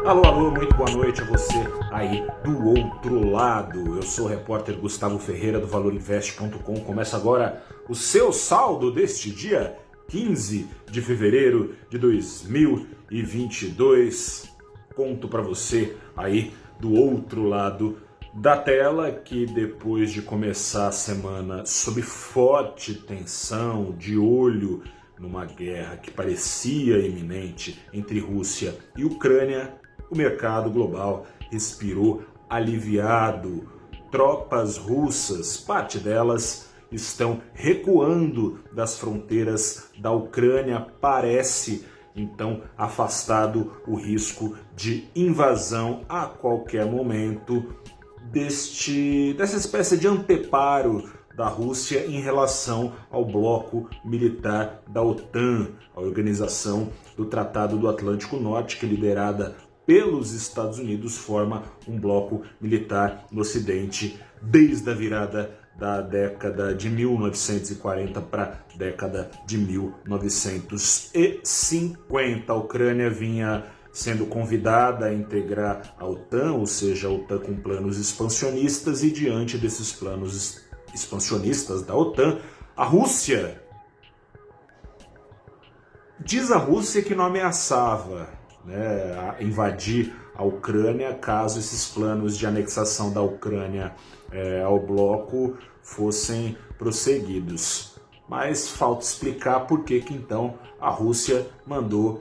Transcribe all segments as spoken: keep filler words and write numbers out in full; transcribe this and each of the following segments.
Alô, alô, muito boa noite a você aí do outro lado. Eu sou o repórter Gustavo Ferreira do valor invest ponto com. Começa agora o seu saldo deste dia quinze de fevereiro de dois mil e vinte e dois. Conto para você aí do outro lado da tela que depois de começar a semana sob forte tensão, de olho numa guerra que parecia iminente entre Rússia e Ucrânia, o mercado global respirou aliviado. Tropas russas, parte delas, estão recuando das fronteiras da Ucrânia. Parece, então, afastado o risco de invasão a qualquer momento deste, dessa espécie de anteparo da Rússia em relação ao bloco militar da OTAN, a Organização do Tratado do Atlântico Norte, que liderada pelos Estados Unidos forma um bloco militar no Ocidente desde a virada da década de mil novecentos e quarenta para a década de mil novecentos e cinquenta. A Ucrânia vinha sendo convidada a integrar a OTAN, ou seja, a OTAN com planos expansionistas, e diante desses planos expansionistas da OTAN, a Rússia, diz a Rússia que não ameaçava, né, invadir a Ucrânia caso esses planos de anexação da Ucrânia é, ao bloco fossem prosseguidos. Mas falta explicar por que que então a Rússia mandou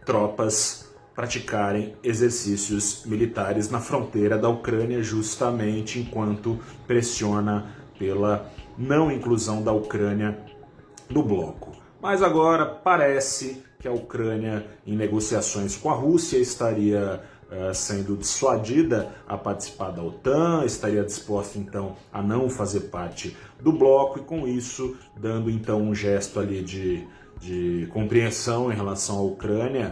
tropas praticarem exercícios militares na fronteira da Ucrânia, justamente enquanto pressiona pela não inclusão da Ucrânia no bloco. Mas agora parece que a Ucrânia, em negociações com a Rússia, estaria uh, sendo dissuadida a participar da OTAN, estaria disposta então a não fazer parte do bloco, e com isso dando então um gesto ali de, de compreensão em relação à Ucrânia,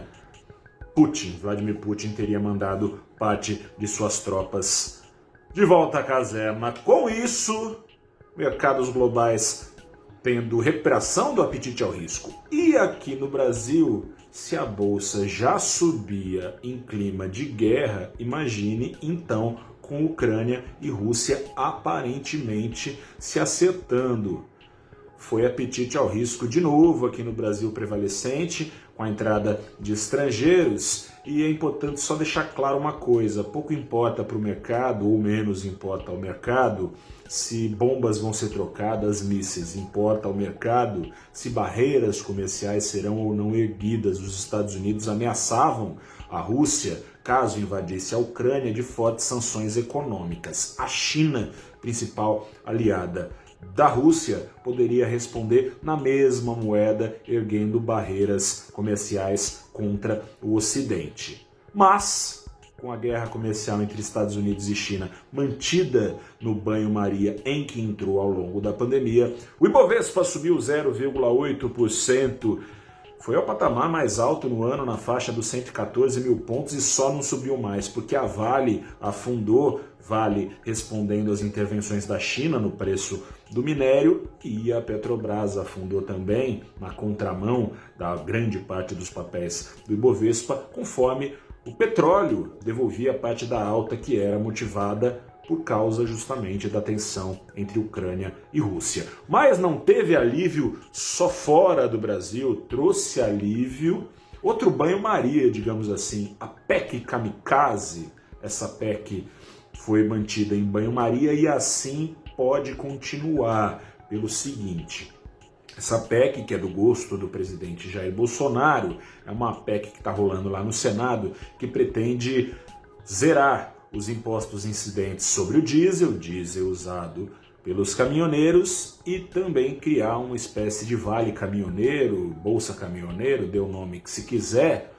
Putin, Vladimir Putin, teria mandado parte de suas tropas de volta à caserna. Com isso, mercados globais tendo recuperação do apetite ao risco. E aqui no Brasil, se a bolsa já subia em clima de guerra, imagine então com Ucrânia e Rússia aparentemente se acertando. Foi apetite ao risco de novo aqui no Brasil prevalecente, com a entrada de estrangeiros, e é importante só deixar claro uma coisa: pouco importa para o mercado, ou menos importa ao mercado, se bombas vão ser trocadas, mísseis. Importa ao mercado se barreiras comerciais serão ou não erguidas. Os Estados Unidos ameaçavam a Rússia, caso invadisse a Ucrânia, de fortes sanções econômicas. A China, principal aliada da Rússia, poderia responder na mesma moeda, erguendo barreiras comerciais contra o Ocidente. Mas, com a guerra comercial entre Estados Unidos e China mantida no banho-maria em que entrou ao longo da pandemia, o Ibovespa subiu zero vírgula oito por cento, foi ao patamar mais alto no ano, na faixa dos cento e quatorze mil pontos, e só não subiu mais porque a Vale afundou, Vale respondendo às intervenções da China no preço do minério, e a Petrobras afundou também, na contramão da grande parte dos papéis do Ibovespa, conforme o petróleo devolvia parte da alta que era motivada por causa justamente da tensão entre Ucrânia e Rússia. Mas não teve alívio só fora do Brasil, trouxe alívio outro banho-maria, digamos assim, a P E C Kamikaze. Essa P E C foi mantida em banho-maria e assim pode continuar pelo seguinte: essa P E C, que é do gosto do presidente Jair Bolsonaro, é uma P E C que está rolando lá no Senado, que pretende zerar os impostos incidentes sobre o diesel, diesel usado pelos caminhoneiros, e também criar uma espécie de vale caminhoneiro, bolsa caminhoneiro, dê o nome que se quiser,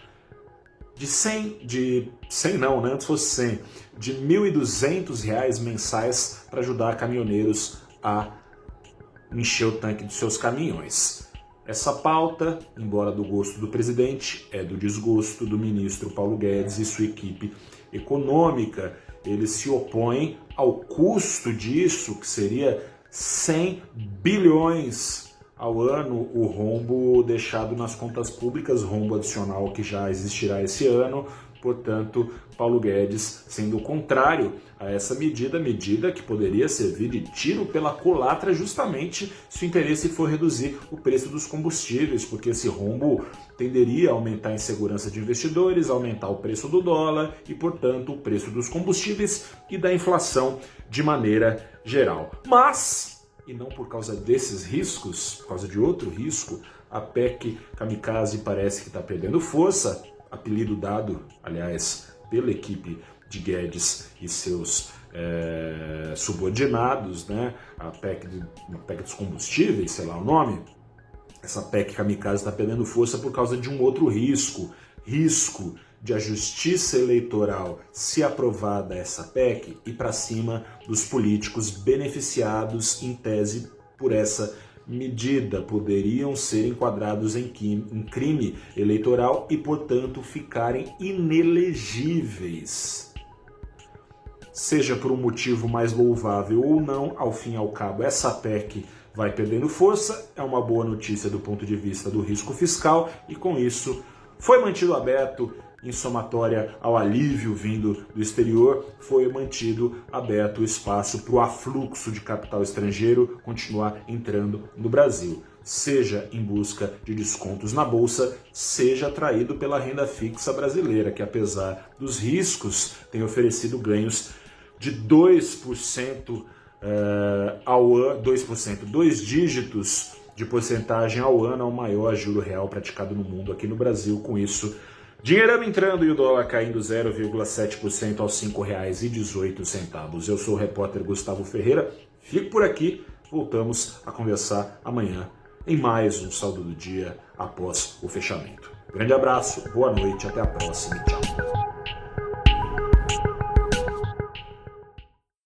de cem, de cem não, né? Antes fosse cem, de mil e duzentos reais mensais para ajudar caminhoneiros a encher o tanque dos seus caminhões. Essa pauta, embora do gosto do presidente, é do desgosto do ministro Paulo Guedes e sua equipe econômica. Eles se opõem ao custo disso, que seria cem bilhões ao ano, o rombo deixado nas contas públicas, rombo adicional que já existirá esse ano, portanto, Paulo Guedes sendo contrário a essa medida, medida que poderia servir de tiro pela culatra justamente se o interesse for reduzir o preço dos combustíveis, porque esse rombo tenderia a aumentar a insegurança de investidores, aumentar o preço do dólar e, portanto, o preço dos combustíveis e da inflação de maneira geral. Mas, e não por causa desses riscos, por causa de outro risco, a P E C Kamikaze parece que está perdendo força, apelido dado, aliás, pela equipe de Guedes e seus é, subordinados, né? A P E C, de, a P E C dos combustíveis, sei lá o nome. Essa P E C Kamikaze está perdendo força por causa de um outro risco, risco de a justiça eleitoral, se aprovada essa P E C, ir para cima dos políticos beneficiados, em tese, por essa medida. Poderiam ser enquadrados em crime eleitoral e, portanto, ficarem inelegíveis. Seja por um motivo mais louvável ou não, ao fim e ao cabo, essa P E C vai perdendo força. É uma boa notícia do ponto de vista do risco fiscal e, com isso, foi mantido aberto, em somatória ao alívio vindo do exterior, foi mantido aberto o espaço para o afluxo de capital estrangeiro continuar entrando no Brasil, seja em busca de descontos na Bolsa, seja atraído pela renda fixa brasileira, que apesar dos riscos tem oferecido ganhos de dois por cento uh, ao ano, dois por cento, dois dígitos de porcentagem ao ano, ao maior juro real praticado no mundo, aqui no Brasil. Com isso, dinheirão entrando e o dólar caindo zero vírgula sete por cento aos cinco reais e dezoito centavos. Eu sou o repórter Gustavo Ferreira, fico por aqui, voltamos a conversar amanhã em mais um Saldo do Dia após o fechamento. Grande abraço, boa noite, até a próxima e tchau.